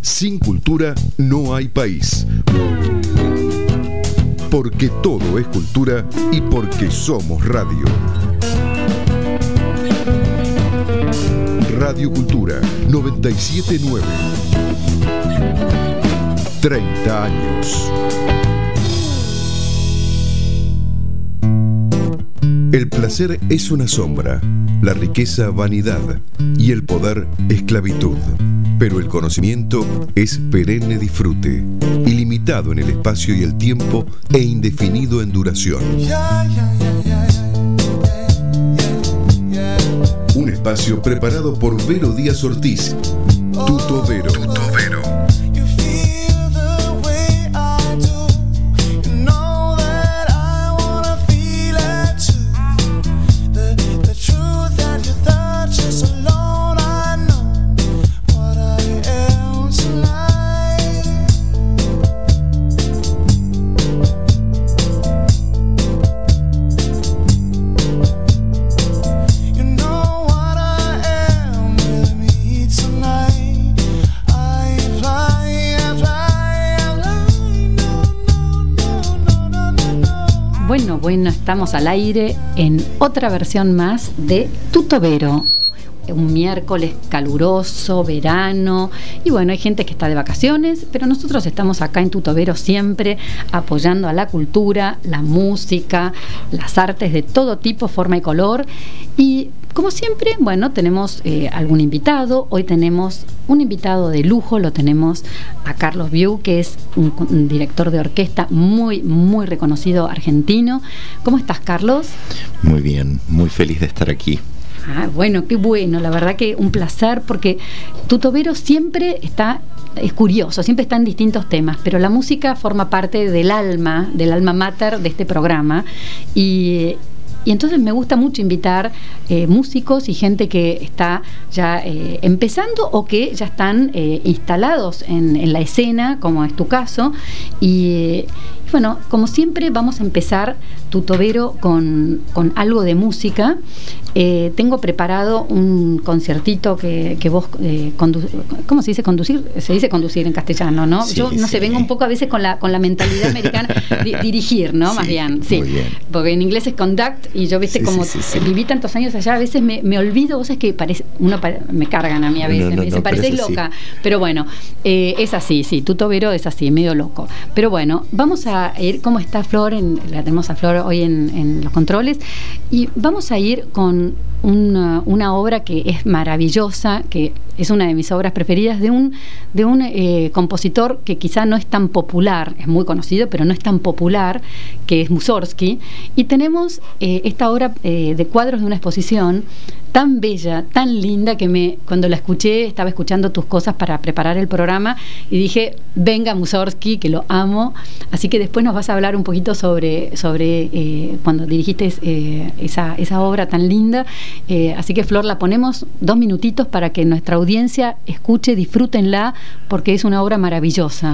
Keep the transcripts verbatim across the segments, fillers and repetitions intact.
Sin cultura no hay país. Porque todo es cultura y porque somos radio. Radio Cultura noventa y siete punto nueve. treinta años. El placer es una sombra, la riqueza vanidad y el poder esclavitud. Pero el conocimiento es perenne disfrute, ilimitado en el espacio y el tiempo e indefinido en duración. Un espacio preparado por Vero Díaz Ortiz. Tuto Vero. Tuto Vero. Bueno, bueno, estamos al aire en otra versión más de Tuto Vero. Un miércoles caluroso, verano, y bueno, hay gente que está de vacaciones, pero nosotros estamos acá en Tuto Vero siempre apoyando a la cultura, la música, las artes de todo tipo, forma y color. Y como siempre, bueno, tenemos eh, algún invitado. Hoy tenemos un invitado de lujo, lo tenemos a Carlos Biu, que es un, un director de orquesta muy, muy reconocido argentino. ¿Cómo estás, Carlos? Muy bien, muy feliz de estar aquí. Ah, bueno, qué bueno, la verdad que un placer, porque Tuto Vero siempre está, es curioso, siempre está en distintos temas, pero la música forma parte del alma, del alma mater de este programa, y... Y entonces me gusta mucho invitar eh, músicos y gente que está ya eh, empezando o que ya están eh, instalados en, en la escena, como es tu caso. Y, y bueno, como siempre vamos a empezar Tuto Vero con, con algo de música. Eh, tengo preparado un conciertito que, que vos eh, condu- ¿cómo se dice conducir? Se dice conducir en castellano, ¿no? Sí, Yo no sí. sé, vengo un poco a veces con la con la mentalidad americana, di- dirigir, ¿no? Sí, Más bien, sí. muy bien. Porque en inglés es conduct y yo, viste, Sí, como sí, sí, sí. viví tantos años allá, a veces me, me olvido, vos sabés que parece, uno pare- me cargan a mí a veces, No, no, me dicen, no, pero parecés es así. loca. Pero bueno, eh, es así, sí, Tuto Vero es así, medio loco. Pero bueno, vamos a ir, ¿cómo está Flor? En, la tenemos a Flor hoy en, en los controles, y vamos a ir con una, una obra que es maravillosa, que es una de mis obras preferidas, de un, de un eh, compositor que quizá no es tan popular, es muy conocido, pero no es tan popular, que es Mussorgsky. Y tenemos eh, esta obra eh, de cuadros de una exposición tan bella, tan linda, que me cuando la escuché, estaba escuchando tus cosas para preparar el programa, y dije, venga Mussorgsky, que lo amo. Así que después nos vas a hablar un poquito sobre, sobre eh, cuando dirigiste eh, esa, esa obra tan linda. Eh, así que, Flor, la ponemos dos minutitos para que nuestra audiencia escuche, disfrútenla, porque es una obra maravillosa.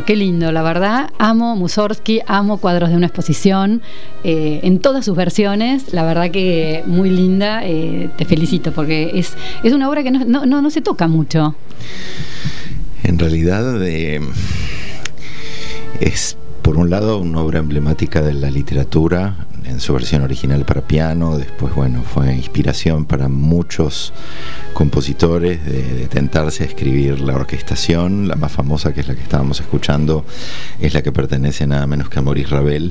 qué lindo, la verdad. Amo Mussorgsky, amo Cuadros de una exposición, eh, en todas sus versiones. La verdad que muy linda. Eh, te felicito porque es, es una obra que no, no, no, no se toca mucho. En realidad eh, es, por un lado, una obra emblemática de la literatura en su versión original para piano. Después, bueno, fue inspiración para muchos compositores de, de tentarse a escribir la orquestación. La más famosa, que es la que estábamos escuchando, es la que pertenece nada menos que a Maurice Ravel.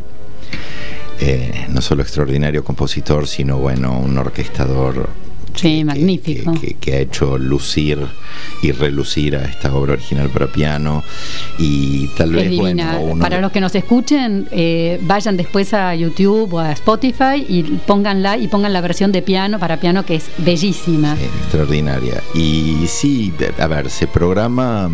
Eh, no solo extraordinario compositor, sino, bueno, un orquestador. Sí, que, magnífico. Que, que, que ha hecho lucir y relucir a esta obra original para piano. Y tal vez, es divina. Bueno, uno... Para los que nos escuchen, eh, vayan después a YouTube o a Spotify y pónganla y pongan la versión de piano para piano, que es bellísima. Sí, extraordinaria. Y sí, a ver, se programa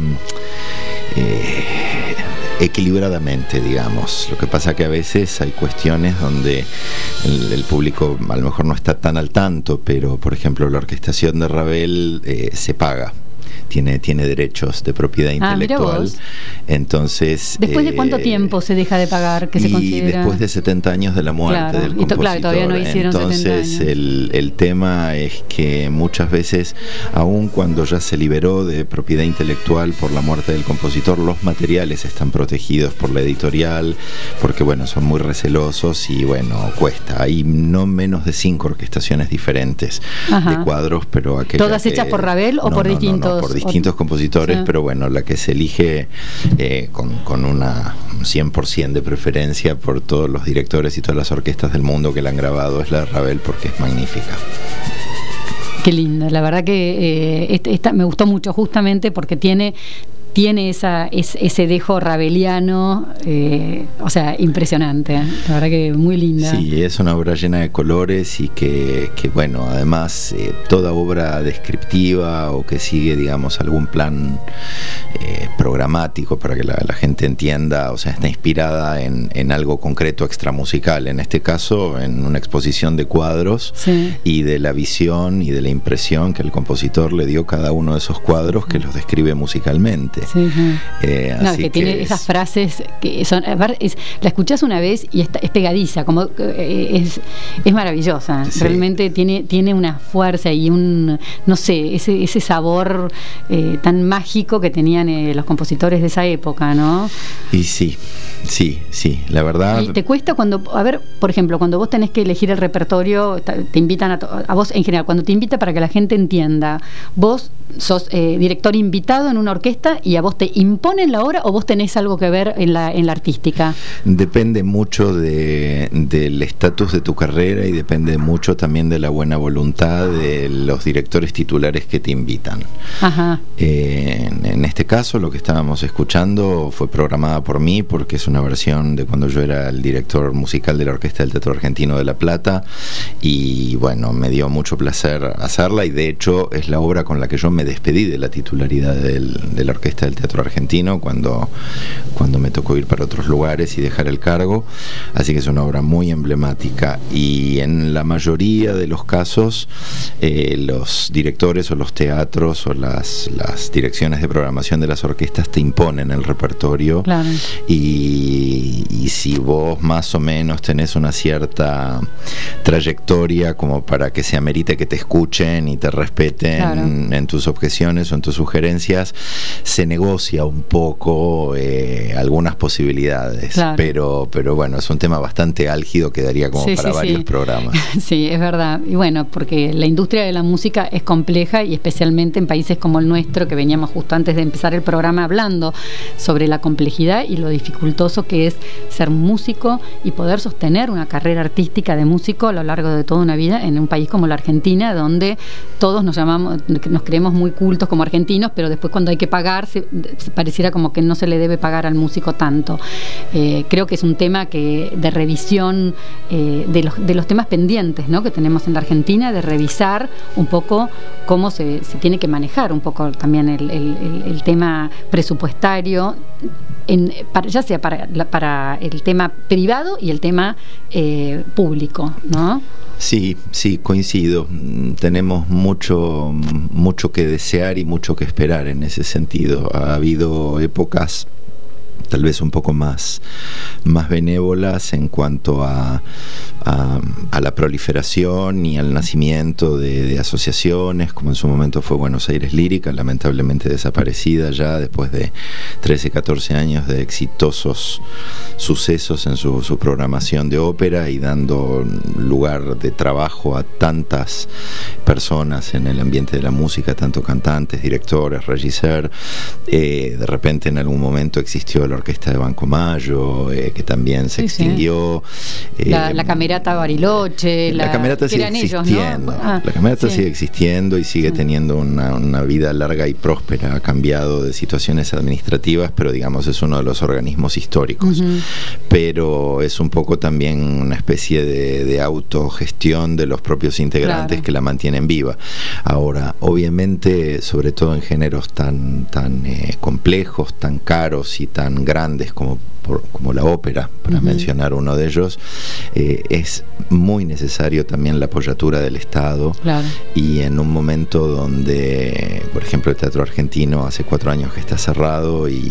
eh, equilibradamente, digamos. Lo que pasa que a veces hay cuestiones donde el, el público a lo mejor no está tan al tanto, pero por ejemplo la orquestación de Ravel eh, se paga. Tiene, tiene derechos de propiedad intelectual. Ah, entonces, ¿después eh, de cuánto tiempo se deja de pagar? Que y se considera... después de setenta años de la muerte, claro, del y to, compositor. Claro, todavía no hicieron entonces setenta años. El, el tema es que muchas veces, aun cuando ya se liberó de propiedad intelectual por la muerte del compositor, los materiales están protegidos por la editorial, porque bueno, son muy recelosos y bueno, cuesta. Hay no menos de cinco orquestaciones diferentes. Ajá. De cuadros, pero aquella ¿todas que, hechas por Ravel o no, por no, distintos? No, no, por distintos compositores, sí. Pero bueno, la que se elige eh, con, con una cien por ciento de preferencia por todos los directores y todas las orquestas del mundo que la han grabado es la de Ravel, porque es magnífica. Qué linda, la verdad que eh, esta, esta me gustó mucho justamente porque tiene tiene esa, es, ese dejo raveliano, eh, o sea, impresionante, la verdad que muy linda. Sí, es una obra llena de colores y que, que bueno, además eh, toda obra descriptiva o que sigue, digamos, algún plan eh, programático para que la, la gente entienda, o sea, está inspirada en, en algo concreto extramusical, en este caso en una exposición de cuadros, sí. Y de la visión y de la impresión que el compositor le dio a cada uno de esos cuadros, que los describe musicalmente. Sí, sí. Eh, no, así que tiene que esas es... frases que son, es, la escuchás una vez y está, es pegadiza, como eh, es, es maravillosa. Sí. Realmente tiene, tiene una fuerza y un, no sé, ese, ese sabor eh, tan mágico que tenían eh, los compositores de esa época, ¿no? Y sí, sí, sí, la verdad. ¿Y te cuesta cuando, a ver, por ejemplo, cuando vos tenés que elegir el repertorio, te invitan a, a vos en general, cuando te invita para que la gente entienda, vos sos eh, director invitado en una orquesta y a vos te imponen la obra o vos tenés algo que ver en la, en la artística? Depende mucho de, del estatus de tu carrera y depende mucho también de la buena voluntad de los directores titulares que te invitan. Ajá. Eh, en, en este caso lo que estábamos escuchando fue programada por mí porque es una versión de cuando yo era el director musical de la Orquesta del Teatro Argentino de La Plata y bueno, me dio mucho placer hacerla y de hecho es la obra con la que yo me despedí de la titularidad del, de la Orquesta del Teatro Argentino cuando, cuando me tocó ir para otros lugares y dejar el cargo, así que es una obra muy emblemática y en la mayoría de los casos eh, los directores o los teatros o las, las direcciones de programación de las orquestas te imponen el repertorio. Claro. y, y si vos más o menos tenés una cierta trayectoria como para que se amerite que te escuchen y te respeten. Claro. en, en tus objeciones o en tus sugerencias, se negocia un poco eh, algunas posibilidades, claro. pero, pero bueno, es un tema bastante álgido que daría como sí, para sí, varios sí. programas. Sí, es verdad, y bueno, porque la industria de la música es compleja y especialmente en países como el nuestro, que veníamos justo antes de empezar el programa hablando sobre la complejidad y lo dificultoso que es ser músico y poder sostener una carrera artística de músico a lo largo de toda una vida en un país como la Argentina, donde todos nos llamamos, nos creemos muy cultos como argentinos, pero después cuando hay que pagar se, se pareciera como que no se le debe pagar al músico tanto. Eh, creo que es un tema que de revisión eh, de, los, de los temas pendientes, ¿no?, que tenemos en la Argentina, de revisar un poco cómo se, se tiene que manejar un poco también el, el, el, el tema presupuestario, en, para, ya sea para, para el tema privado y el tema eh, público, ¿no? Sí, sí, coincido. Tenemos mucho, mucho que desear y mucho que esperar en ese sentido. Ha habido épocas tal vez un poco más, más benévolas en cuanto a, a, a la proliferación y al nacimiento de, de asociaciones, como en su momento fue Buenos Aires Lírica, lamentablemente desaparecida ya después de trece, catorce años de exitosos sucesos en su, su programación de ópera y dando lugar de trabajo a tantas personas en el ambiente de la música, tanto cantantes, directores, regisseurs. Eh, de repente en algún momento existió la Orquesta de Banco Mayo, eh, que también se sí, extinguió. Sí. La, eh, la Camerata Bariloche. La, la Camerata sigue existiendo. Ellos, ¿no? ah, la Camerata sí. sigue existiendo y sigue sí. teniendo una, una vida larga y próspera. Ha cambiado de situaciones administrativas, pero digamos es uno de los organismos históricos. Uh-huh. Pero es un poco también una especie de, de autogestión de los propios integrantes claro. que la mantienen viva. Ahora, obviamente, sobre todo en géneros tan, tan eh, complejos, tan caros y tan grandes como, por, como la ópera, para uh-huh. mencionar uno de ellos, eh, es muy necesario también la apoyatura del Estado. Claro. Y en un momento donde, por ejemplo, el Teatro Argentino hace cuatro años que está cerrado y,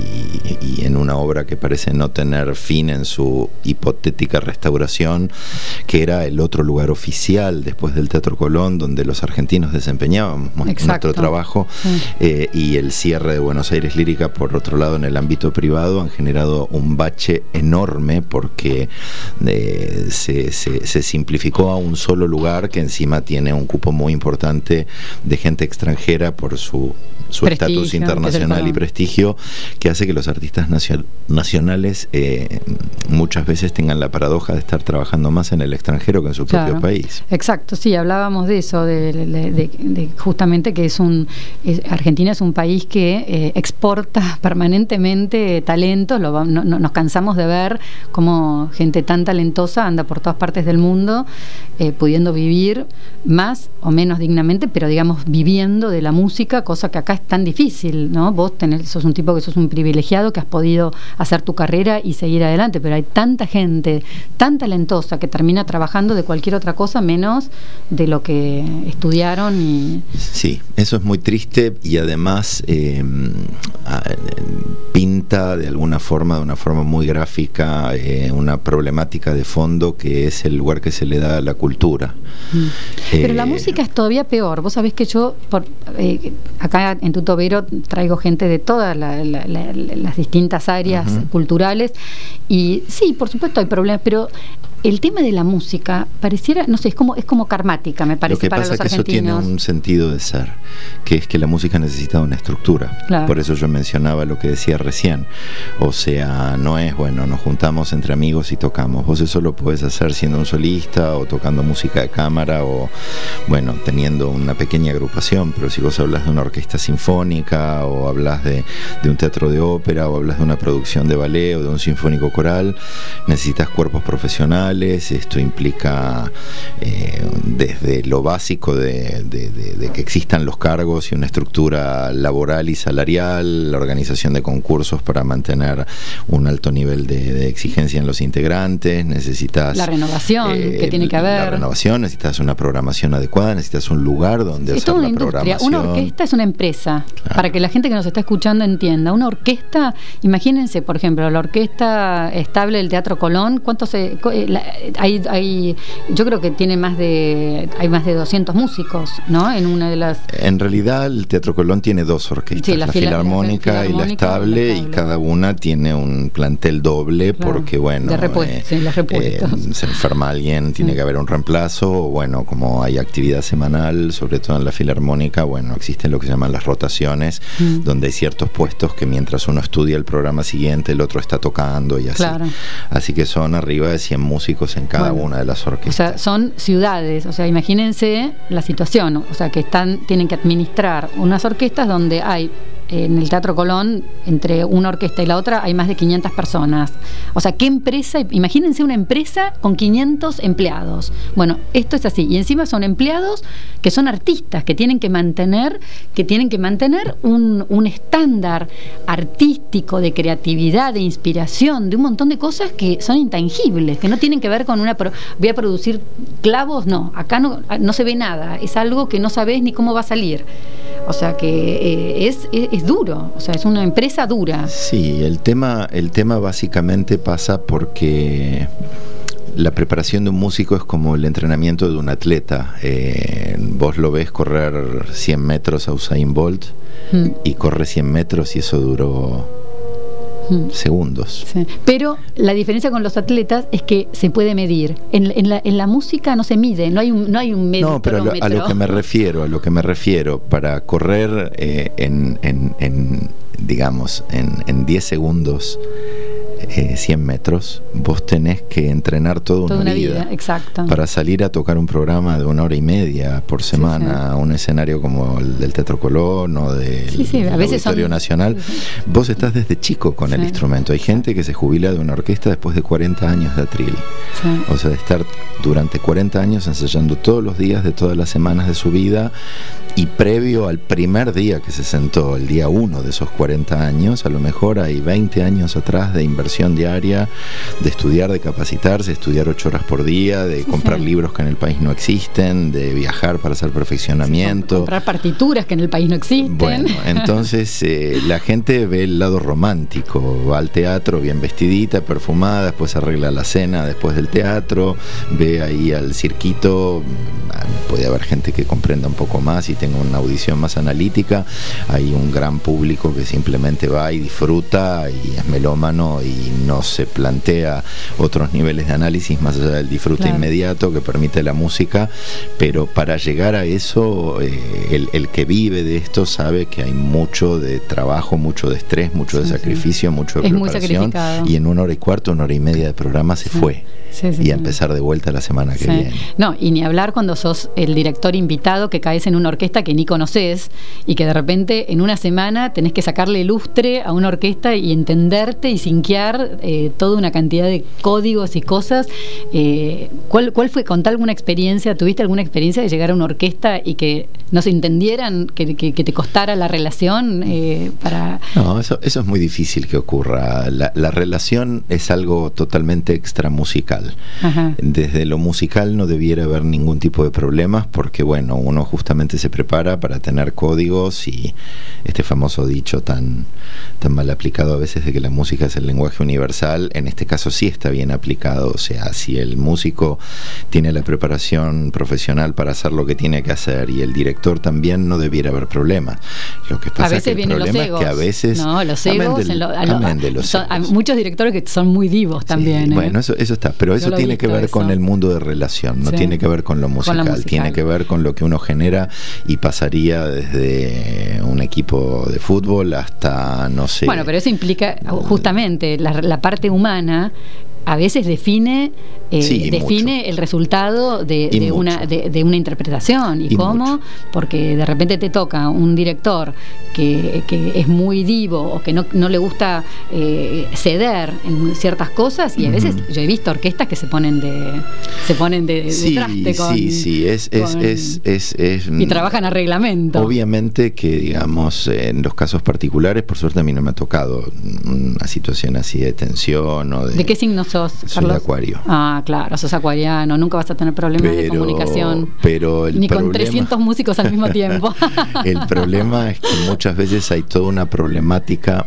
y, y en una obra que parece no tener fin en su hipotética restauración, que era el otro lugar oficial después del Teatro Colón, donde los argentinos desempeñábamos Exacto. nuestro trabajo, sí. eh, y el cierre de Buenos Aires Lírica, por otro lado, en el ámbito privado, han generado un bache enorme porque eh, se, se, se simplificó a un solo lugar que encima tiene un cupo muy importante de gente extranjera por su su estatus internacional y prestigio, que hace que los artistas nacio nacionales eh, muchas veces tengan la paradoja de estar trabajando más en el extranjero que en su claro. propio país. Exacto, sí, hablábamos de eso, de, de, de, de justamente que es un es, Argentina es un país que eh, exporta permanentemente talentos, lo, no, no, nos cansamos de ver cómo gente tan talentosa anda por todas partes del mundo, eh, pudiendo vivir más o menos dignamente, pero digamos viviendo de la música, cosa que acá es tan difícil, ¿no? Vos tenés, sos un tipo que sos un privilegiado, que has podido hacer tu carrera y seguir adelante, pero hay tanta gente tan talentosa que termina trabajando de cualquier otra cosa menos de lo que estudiaron. Y sí, eso es muy triste y además eh, pinta de alguna forma, de una forma muy gráfica, eh, una problemática de fondo que es el lugar que se le da a la cultura. Mm. Pero eh, la música es todavía peor. Vos sabés que yo por, eh, acá en Tuto Vero traigo gente de todas la, la, la, las distintas áreas uh-huh. culturales y sí, por supuesto hay problemas, pero el tema de la música pareciera, no sé, es como es como karmática, me parece, para los argentinos. Lo que pasa es que eso tiene un sentido de ser, que es que la música necesita una estructura. Claro. Por eso yo mencionaba lo que decía recién. O sea, no es, bueno, nos juntamos entre amigos y tocamos. Vos eso lo podés hacer siendo un solista o tocando música de cámara o, bueno, teniendo una pequeña agrupación. Pero si vos hablas de una orquesta sinfónica o hablas de, de un teatro de ópera o hablas de una producción de ballet o de un sinfónico coral, necesitas cuerpos profesionales. Esto implica eh, desde lo básico de, de, de, de que existan los cargos y una estructura laboral y salarial, la organización de concursos para mantener un alto nivel de, de exigencia en los integrantes, necesitas la renovación eh, que tiene que haber, la renovación, necesitas una programación adecuada, necesitas un lugar donde es hacer una la industria. programación. Una orquesta es una empresa, claro. Para que la gente que nos está escuchando entienda. Una orquesta, imagínense, por ejemplo, la orquesta estable del Teatro Colón, ¿cuánto se la, Hay, hay, yo creo que tiene más de hay más de doscientos músicos, ¿no? En una de las. En realidad el Teatro Colón tiene dos orquestas, sí, la, la, fila, filarmónica la, filarmónica y la estable, y, la estable, y cada una tiene un plantel doble, claro, porque bueno, eh, sí, eh, se enferma alguien, tiene sí. que haber un reemplazo, o bueno, como hay actividad semanal, sobre todo en la filarmónica, bueno, existen lo que se llaman las rotaciones, mm. donde hay ciertos puestos que mientras uno estudia el programa siguiente, el otro está tocando y así. Claro. Así que son arriba de cien músicos en cada bueno, una de las orquestas. O sea, son ciudades, o sea, imagínense la situación, o sea, que están tienen que administrar unas orquestas donde hay en el Teatro Colón, entre una orquesta y la otra, hay más de quinientas personas. O sea, ¿qué empresa? Imagínense una empresa con quinientos empleados. Bueno, esto es así. Y encima son empleados que son artistas, que tienen que mantener, que tienen que mantener un, un estándar artístico, de creatividad, de inspiración, de un montón de cosas que son intangibles, que no tienen que ver con una... Pro, voy a producir clavos, no. Acá no, no se ve nada. Es algo que no sabés ni cómo va a salir. O sea que eh, es, es, es duro, o sea, es una empresa dura. Sí, el tema, el tema básicamente pasa porque la preparación de un músico es como el entrenamiento de un atleta. Eh, vos lo ves correr cien metros a Usain Bolt mm. y corre cien metros y eso duró segundos. Sí. Pero la diferencia con los atletas es que se puede medir. En, en, la, en la música no se mide, no hay un, no hay un medio. No, pero a lo, a lo que me refiero, a lo que me refiero, para correr eh, en, en, en, digamos, en, en diez segundos eh, cien metros, vos tenés que entrenar toda una, toda una vida, vida exacto. Para salir a tocar un programa de una hora y media por semana, sí, sí. a un escenario como el del Teatro Colón o del sí, sí, a veces Auditorio son... Nacional. Sí, sí. Vos estás desde chico con sí. el instrumento. Hay gente que se jubila de una orquesta después de cuarenta años de atril. Sí. O sea, de estar durante cuarenta años ensayando todos los días de todas las semanas de su vida, y previo al primer día que se sentó, el día uno de esos cuarenta años, a lo mejor hay veinte años atrás de inversión diaria, de estudiar, de capacitarse, estudiar ocho horas por día, de sí, comprar sí. libros que en el país no existen, de viajar para hacer perfeccionamiento. Sí, comprar partituras que en el país no existen. Bueno, entonces eh, la gente ve el lado romántico, va al teatro bien vestidita, perfumada, después arregla la cena después del teatro, ve ahí al cirquito, puede haber gente que comprenda un poco más y tenga una audición más analítica, hay un gran público que simplemente va y disfruta y es melómano y no se plantea otros niveles de análisis más allá del disfrute claro. inmediato que permite la música, pero para llegar a eso eh, el, el que vive de esto sabe que hay mucho de trabajo, mucho de estrés, mucho sí, de sacrificio, sí. mucho de es preparación, y en una hora y cuarto, una hora y media de programa se sí. fue. Sí, sí, y a empezar de vuelta la semana que sí. viene. No, y ni hablar cuando sos el director invitado que caes en una orquesta que ni conoces y que de repente en una semana tenés que sacarle lustre a una orquesta y entenderte y sinquear eh, toda una cantidad de códigos y cosas. Eh, ¿cuál, ¿Cuál fue? Contá alguna experiencia, ¿tuviste alguna experiencia de llegar a una orquesta y que no se entendieran, que, que, que te costara la relación? Eh, para... No, eso, eso es muy difícil que ocurra. La, la relación es algo totalmente extramusical. Ajá. Desde lo musical no debiera haber ningún tipo de problemas porque, bueno, uno justamente se prepara para tener códigos y este famoso dicho tan, tan mal aplicado a veces de que la música es el lenguaje universal, en este caso sí está bien aplicado. O sea, si el músico tiene la preparación profesional para hacer lo que tiene que hacer y el director también, no debiera haber problemas. Lo que pasa es que el problema es que a veces... No, los egos... Del, lo, a lo, de los son, egos. Hay muchos directores que son muy divos también. Sí, ¿eh? Bueno, eso, eso está, pero eso tiene que ver eso. con el mundo de relación, no sí. tiene que ver con lo musical, con musical, tiene que ver con lo que uno genera y pasaría desde un equipo de fútbol hasta, no sé... Bueno, pero eso implica justamente la, la parte humana. A veces define eh, sí, define mucho. el resultado de, de una de, de una interpretación y, y cómo mucho. Porque de repente te toca un director que, que es muy divo o que no, no le gusta eh, ceder en ciertas cosas y a veces uh-huh. yo he visto orquestas que se ponen de se ponen de, de sí, traste con sí sí es es, con, es, es, es y trabajan a reglamento. Obviamente que digamos en los casos particulares, por suerte a mí no me ha tocado una situación así de tensión o de ¿De qué signo sos, Carlos? Soy de Acuario. Ah, claro, sos acuariano, nunca vas a tener problemas pero, de comunicación. Pero el ni problema, con trescientos músicos al mismo tiempo. El problema es que muchas veces hay toda una problemática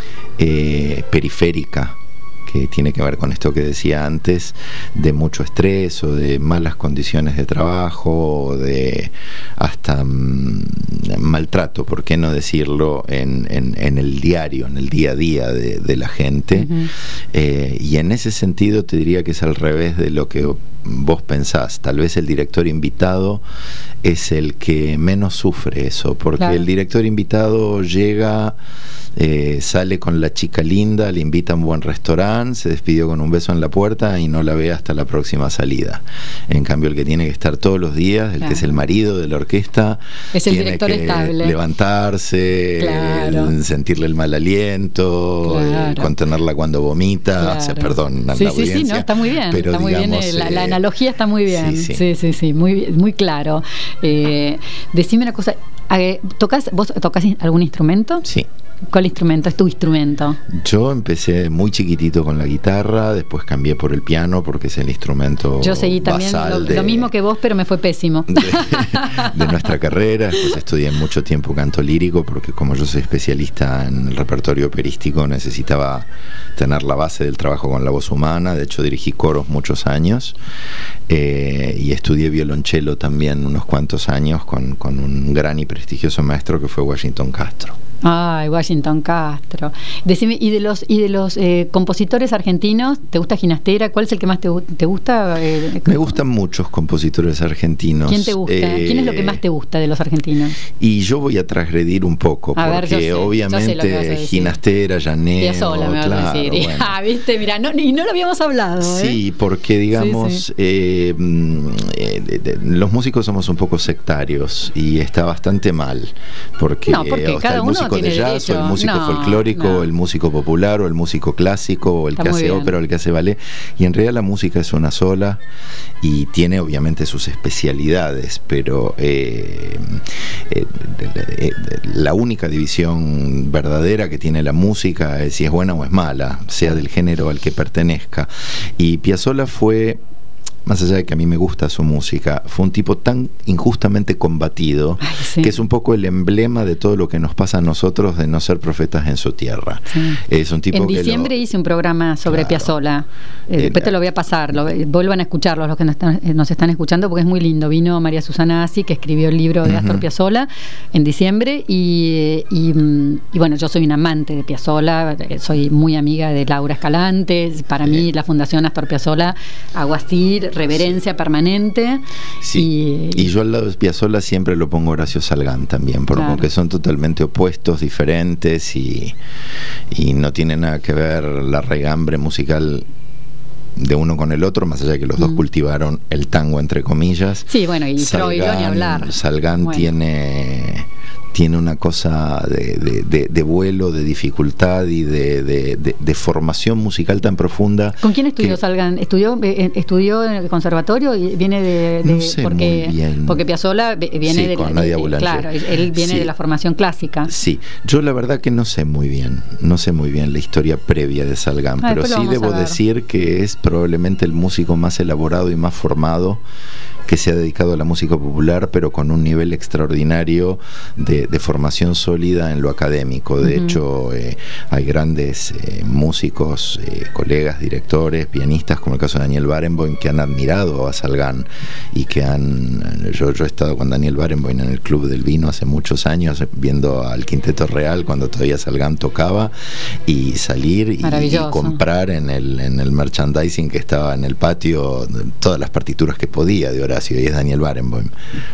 eh, periférica que tiene que ver con esto que decía antes, de mucho estrés o de malas condiciones de trabajo o de hasta mmm, maltrato, por qué no decirlo, en, en, en el diario, en el día a día de, de la gente. Uh-huh. eh, y en ese sentido te diría que es al revés de lo que vos pensás. Tal vez el director invitado es el que menos sufre eso, porque claro. el director invitado llega, eh, sale con la chica linda, le invita a un buen restaurante, se despidió con un beso en la puerta y no la ve hasta la próxima salida. En cambio, el que tiene que estar todos los días, el claro. que es el marido de la orquesta, es el tiene director que estable. levantarse, claro. el, sentirle el mal aliento, claro. el contenerla cuando vomita, claro. o sea, perdón, la sí, audiencia. Sí, sí, no, está muy bien, pero está muy digamos, bien, la, eh, la analogía está muy bien, sí, sí, sí, sí, sí muy, muy claro. Eh, decime una cosa, ¿Tocas, ¿Vos tocas algún instrumento? Sí. ¿Cuál instrumento es tu instrumento? Yo empecé muy chiquitito con la guitarra, después cambié por el piano porque es el instrumento Yo seguí también lo, de, lo mismo que vos, pero me fue pésimo. De, de nuestra carrera. Después estudié mucho tiempo canto lírico porque como yo soy especialista en el repertorio operístico necesitaba tener la base del trabajo con la voz humana. De hecho dirigí coros muchos años eh, y estudié violonchelo también unos cuantos años con, con un gran y prestigioso maestro que fue Washington Castro. Ay, Washington Castro. Decime, y de los y de los eh, compositores argentinos, ¿te gusta Ginastera? ¿Cuál es el que más te, te gusta? Eh, Me gustan muchos compositores argentinos. ¿Quién te gusta? Eh, ¿Quién es lo que más te gusta de los argentinos? Y yo voy a transgredir un poco, a porque ver, sé, obviamente Ginastera, Llanero, Piazzolla, me claro, vas a decir. Bueno. Ah, viste, mira, no, y no lo habíamos hablado. Sí, ¿eh? porque digamos, sí, sí. Eh, eh, de, de, los músicos somos un poco sectarios y está bastante mal, porque, no, porque o cada el uno músico de jazz, derecho. o el músico no, folclórico, no. o el músico popular, o el músico clásico, o el está que hace ópera, o el que hace ballet, y en realidad la música es una sola y tiene obviamente sus especialidades, pero eh, eh, eh, la única división verdadera que tiene la música es si es buena o es mala, sea del género al que pertenezca. Y Piazzolla fue, más allá de que a mí me gusta su música, fue un tipo tan injustamente combatido. Ay, sí. Que es un poco el emblema de todo lo que nos pasa a nosotros de no ser profetas en su tierra. Sí. Es un tipo en que diciembre lo... hice un programa sobre claro. Piazzolla. Eh, después te lo voy a pasar, lo, vuelvan a escucharlo los que nos están, nos están escuchando porque es muy lindo. Vino María Susana Assi, que escribió el libro de uh-huh. Astor Piazzolla en diciembre y, y, y bueno, yo soy un amante de Piazzolla, soy muy amiga de Laura Escalante. Para sí. mí la Fundación Astor Piazzolla, Aguastir, reverencia sí. permanente. Sí. Y, y yo al lado de Piazzolla siempre lo pongo Horacio Salgán también, porque claro. aunque son totalmente opuestos, diferentes y, y no tiene nada que ver la raigambre musical de uno con el otro, más allá de que los mm. dos cultivaron el tango entre comillas. Sí, bueno, y Troilo ni hablar. Salgán bueno. tiene tiene una cosa de, de, de, de vuelo, de dificultad y de, de, de, de formación musical tan profunda. ¿Con quién estudió que, Salgán? ¿Estudió, eh, estudió en el conservatorio y viene de, de no sé porque, muy bien. Porque Piazzolla viene sí, de, con de, Nadia de claro, él viene sí. de la formación clásica. Sí, yo la verdad que no sé muy bien, no sé muy bien la historia previa de Salgán, ah, pero sí debo decir que es probablemente el músico más elaborado y más formado que se ha dedicado a la música popular, pero con un nivel extraordinario de, de formación sólida en lo académico. De uh-huh. hecho, eh, hay grandes eh, músicos, eh, colegas, directores, pianistas, como el caso de Daniel Barenboim, que han admirado a Salgán y que han... Yo, yo he estado con Daniel Barenboim en el Club del Vino hace muchos años, viendo al Quinteto Real cuando todavía Salgán tocaba, y salir y, y comprar en el, en el merchandising que estaba en el patio todas las partituras que podía de Horacio, y es Daniel Barenboim.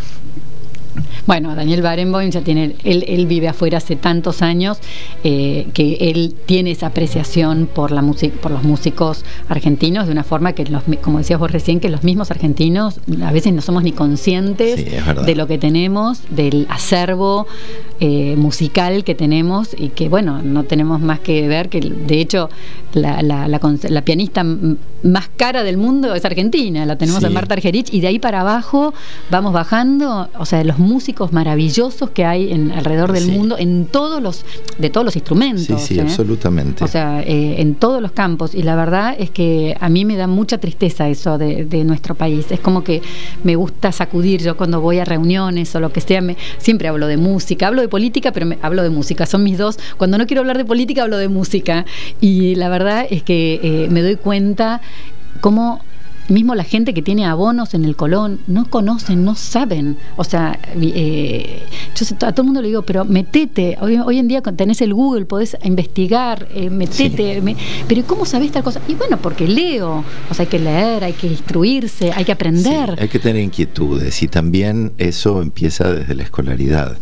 Bueno, Daniel Barenboim ya tiene, él, él vive afuera hace tantos años eh, que él tiene esa apreciación por la música, por los músicos argentinos de una forma que los, como decías vos recién, que los mismos argentinos a veces no somos ni conscientes sí, de lo que tenemos, del acervo eh, musical que tenemos y que bueno, no tenemos más que ver que de hecho la, la, la, la pianista más cara del mundo es argentina, la tenemos sí. en Marta Argerich, y de ahí para abajo vamos bajando, o sea, los músicos maravillosos que hay en, alrededor del sí. mundo, en todos los, de todos los instrumentos. Sí, sí, ¿eh? absolutamente. O sea, eh, en todos los campos, y la verdad es que a mí me da mucha tristeza eso de, de nuestro país. Es como que me gusta sacudir, yo cuando voy a reuniones o lo que sea, me, siempre hablo de música, hablo de política, pero me, hablo de música, son mis dos. Cuando no quiero hablar de política, hablo de música, y la verdad es que eh, me doy cuenta cómo mismo la gente que tiene abonos en el Colón no conocen, no saben. O sea, eh, yo a todo el mundo le digo, pero metete. Hoy, hoy en día tenés el Google, podés investigar, eh, metete. Sí. Me, pero ¿cómo sabés tal cosa? Y bueno, porque leo. O sea, hay que leer, hay que instruirse, hay que aprender. Sí, hay que tener inquietudes, y también eso empieza desde la escolaridad.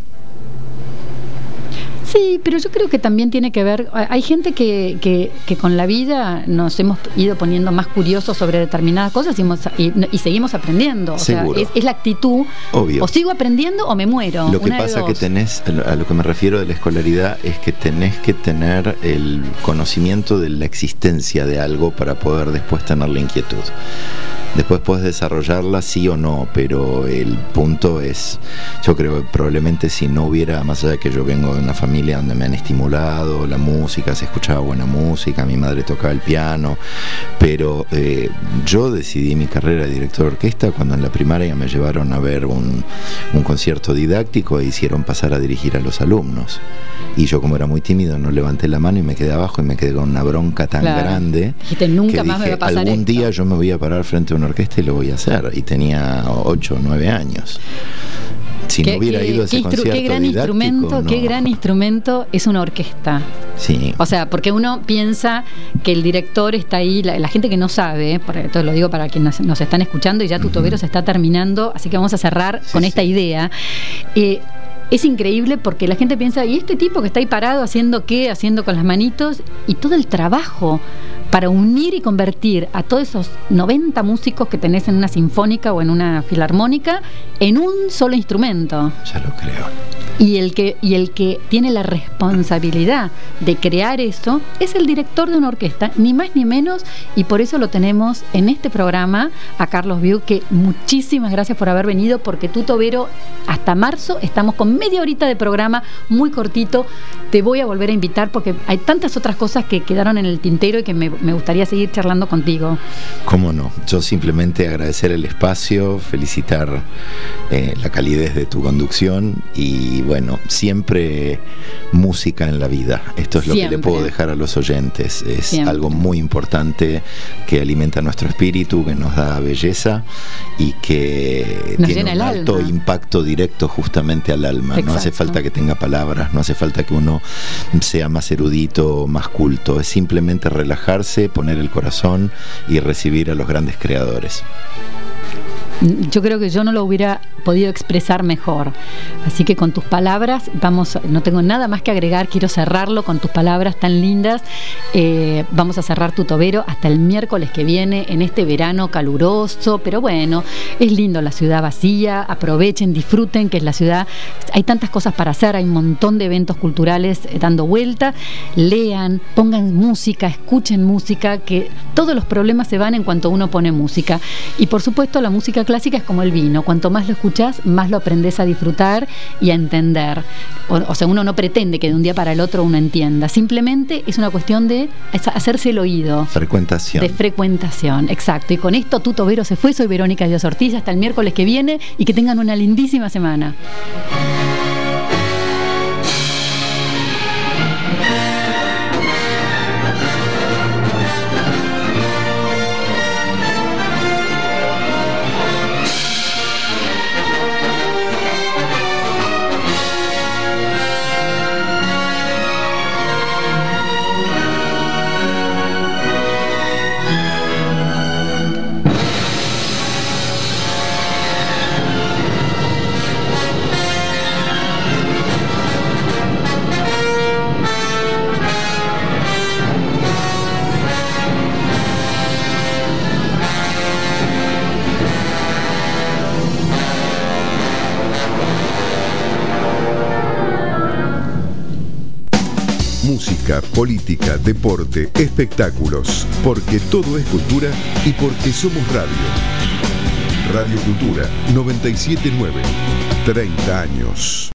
Sí, pero yo creo que también tiene que ver, hay gente que, que, que con la vida nos hemos ido poniendo más curiosos sobre determinadas cosas y, hemos, y, y seguimos aprendiendo. O Seguro. sea, es, es la actitud. Obvio. O sigo aprendiendo o me muero. Lo que pasa que tenés, a lo que me refiero de la escolaridad, es que tenés que tener el conocimiento de la existencia de algo para poder después tener la inquietud. Después puedes desarrollarla sí o no, pero el punto es, yo creo que probablemente si no hubiera, más allá de que yo vengo de una familia donde me han estimulado la música, se escuchaba buena música, mi madre tocaba el piano, pero eh, yo decidí mi carrera de director de orquesta cuando en la primaria me llevaron a ver un, un concierto didáctico e hicieron pasar a dirigir a los alumnos. Y yo, como era muy tímido, no levanté la mano y me quedé abajo y me quedé con una bronca tan claro. grande. Dijiste, nunca que más dije, me va a pasar algún esto. día yo me voy a parar frente a una orquesta y lo voy a hacer. Y tenía ocho o nueve años. Si ¿Qué, no hubiera qué, ido a ese qué concierto qué gran didáctico, instrumento, no. qué gran instrumento es una orquesta. Sí. O sea, porque uno piensa que el director está ahí, la, la gente que no sabe, por esto lo digo para quienes nos, nos están escuchando, y ya tu uh-huh. tobero se está terminando, así que vamos a cerrar sí, con esta sí. idea. Eh, Es increíble porque la gente piensa, ¿y este tipo que está ahí parado haciendo qué? Haciendo con las manitos, y todo el trabajo para unir y convertir a todos esos noventa músicos que tenés en una sinfónica o en una filarmónica en un solo instrumento. Ya lo creo. Y el que, y el que tiene la responsabilidad de crear eso es el director de una orquesta, ni más ni menos, y por eso lo tenemos en este programa a Carlos Biu, que muchísimas gracias por haber venido, porque tú, tobero, hasta marzo estamos con media horita de programa, muy cortito. Te voy a volver a invitar porque hay tantas otras cosas que quedaron en el tintero y que me, me gustaría seguir charlando contigo. ¿Cómo no? Yo simplemente agradecer el espacio, felicitar eh, la calidez de tu conducción y bueno, siempre música en la vida. Esto es lo siempre. que le puedo dejar a los oyentes. Es siempre. algo muy importante que alimenta nuestro espíritu, que nos da belleza y que nos tiene llena un el alto alma. impacto directo justamente al alma. Exacto. No hace falta que tenga palabras, no hace falta que uno sea más erudito, más culto. Es simplemente relajarse, poner el corazón y recibir a los grandes creadores. Yo creo que yo no lo hubiera podido expresar mejor. Así que con tus palabras, vamos, no tengo nada más que agregar, quiero cerrarlo con tus palabras tan lindas. Eh, vamos a cerrar tu tobero hasta el miércoles que viene, en este verano caluroso, pero bueno, es lindo la ciudad vacía, aprovechen, disfruten, que es la ciudad, hay tantas cosas para hacer, hay un montón de eventos culturales eh, dando vuelta, lean, pongan música, escuchen música, que todos los problemas se van en cuanto uno pone música. Y por supuesto la música clásica es como el vino, cuanto más lo escuchás, más lo aprendes a disfrutar y a entender. O, o sea, uno no pretende que de un día para el otro uno entienda, simplemente es una cuestión de hacerse el oído. Frecuentación. De frecuentación, exacto. Y con esto tu tobero se fue, soy Verónica Díaz Ortiz, hasta el miércoles que viene y que tengan una lindísima semana. Música, política, deporte, espectáculos, porque todo es cultura y porque somos radio. Radio Cultura noventa y siete punto nueve, treinta años.